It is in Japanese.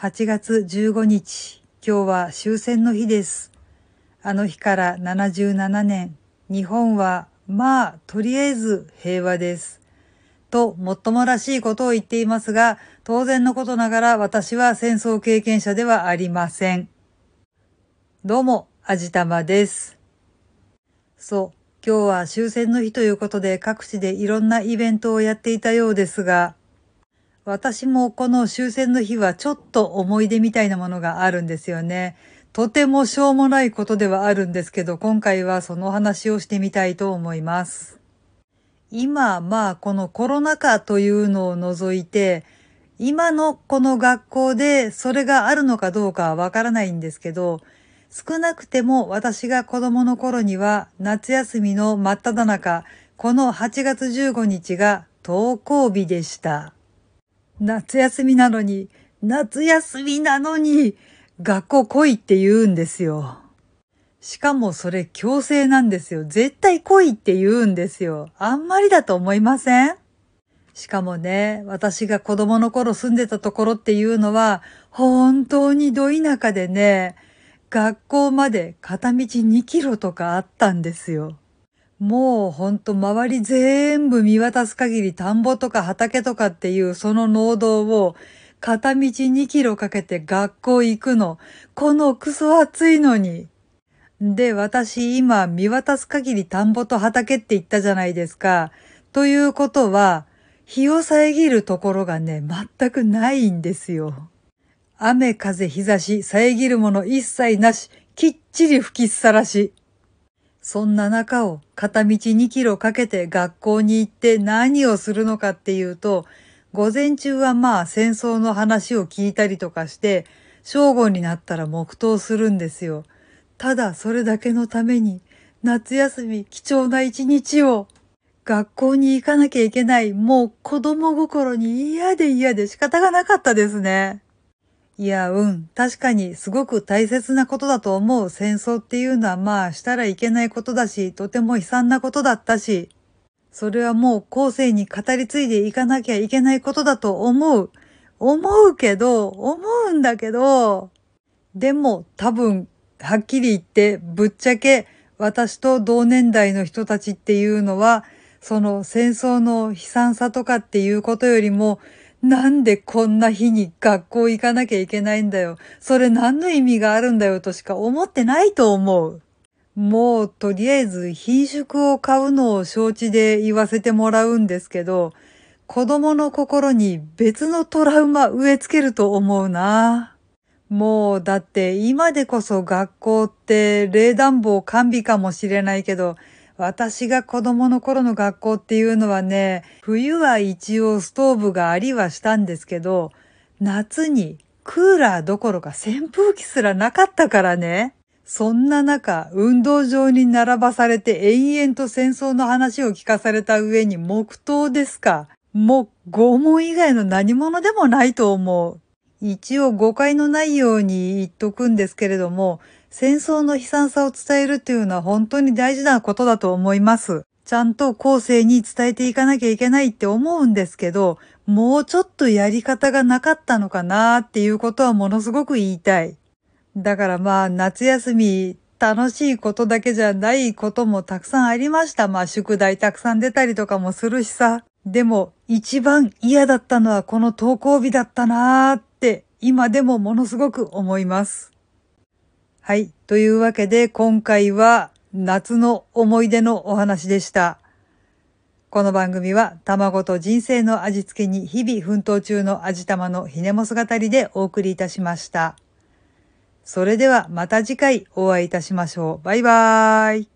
8月15日、今日は終戦の日です。あの日から77年、日本はとりあえず平和です。と、もっともらしいことを言っていますが、当然のことながら私は戦争経験者ではありません。どうも、あじたまです。そう、今日は終戦の日ということで各地でいろんなイベントをやっていたようですが、私もこの終戦の日はちょっと思い出みたいなものがあるんですよね。とてもしょうもないことではあるんですけど、今回はその話をしてみたいと思います。今、このコロナ禍というのを除いて、今のこの学校でそれがあるのかどうかはわからないんですけど、少なくても私が子供の頃には夏休みの真っ只中、この8月15日が登校日でした。夏休みなのに、学校来いって言うんですよ。しかもそれ強制なんですよ。絶対来いって言うんですよ。あんまりだと思いません？しかもね、私が子供の頃住んでたところっていうのは、本当にど田舎でね、学校まで片道2キロとかあったんですよ。もうほんと周り全部見渡す限り田んぼとか畑とかっていうその農道を片道2キロかけて学校行くの。このクソ暑いのに。で、私今見渡す限り田んぼと畑って言ったじゃないですか。ということは、日を遮るところがね、全くないんですよ。雨風日差し遮るもの一切なし、きっちり吹きっさらし。そんな中を片道2キロかけて学校に行って何をするのかっていうと、午前中は戦争の話を聞いたりとかして、正午になったら黙祷するんですよ。ただそれだけのために、夏休み貴重な一日を、学校に行かなきゃいけない、もう子供心に嫌で仕方がなかったですね。いや、確かにすごく大切なことだと思う。戦争っていうのはしたらいけないことだし、とても悲惨なことだったし、それはもう後世に語り継いでいかなきゃいけないことだと思う。思うんだけど、でも多分、はっきり言ってぶっちゃけ私と同年代の人たちっていうのは、その戦争の悲惨さとかっていうことよりも、なんでこんな日に学校行かなきゃいけないんだよ。それ何の意味があるんだよとしか思ってないと思う。もうとりあえず品種を買うのを承知で言わせてもらうんですけど、子供の心に別のトラウマ植え付けると思うな。もうだって今でこそ学校って冷暖房完備かもしれないけど、私が子供の頃の学校っていうのはね、冬は一応ストーブがありはしたんですけど、夏にクーラーどころか扇風機すらなかったからね。そんな中、運動場に並ばされて延々と戦争の話を聞かされた上に黙祷ですか。もう拷問以外の何者でもないと思う。一応誤解のないように言っとくんですけれども、戦争の悲惨さを伝えるっていうのは本当に大事なことだと思います。ちゃんと後世に伝えていかなきゃいけないって思うんですけど、もうちょっとやり方がなかったのかなっていうことはものすごく言いたい。だから夏休み楽しいことだけじゃないこともたくさんありました。宿題たくさん出たりとかもするしさ。でも一番嫌だったのはこの登校日だったなーって今でもものすごく思います。はい。というわけで今回は夏の思い出のお話でした。この番組は卵と人生の味付けに日々奮闘中の味玉のひねもす語りでお送りいたしました。それではまた次回お会いいたしましょう。バイバーイ。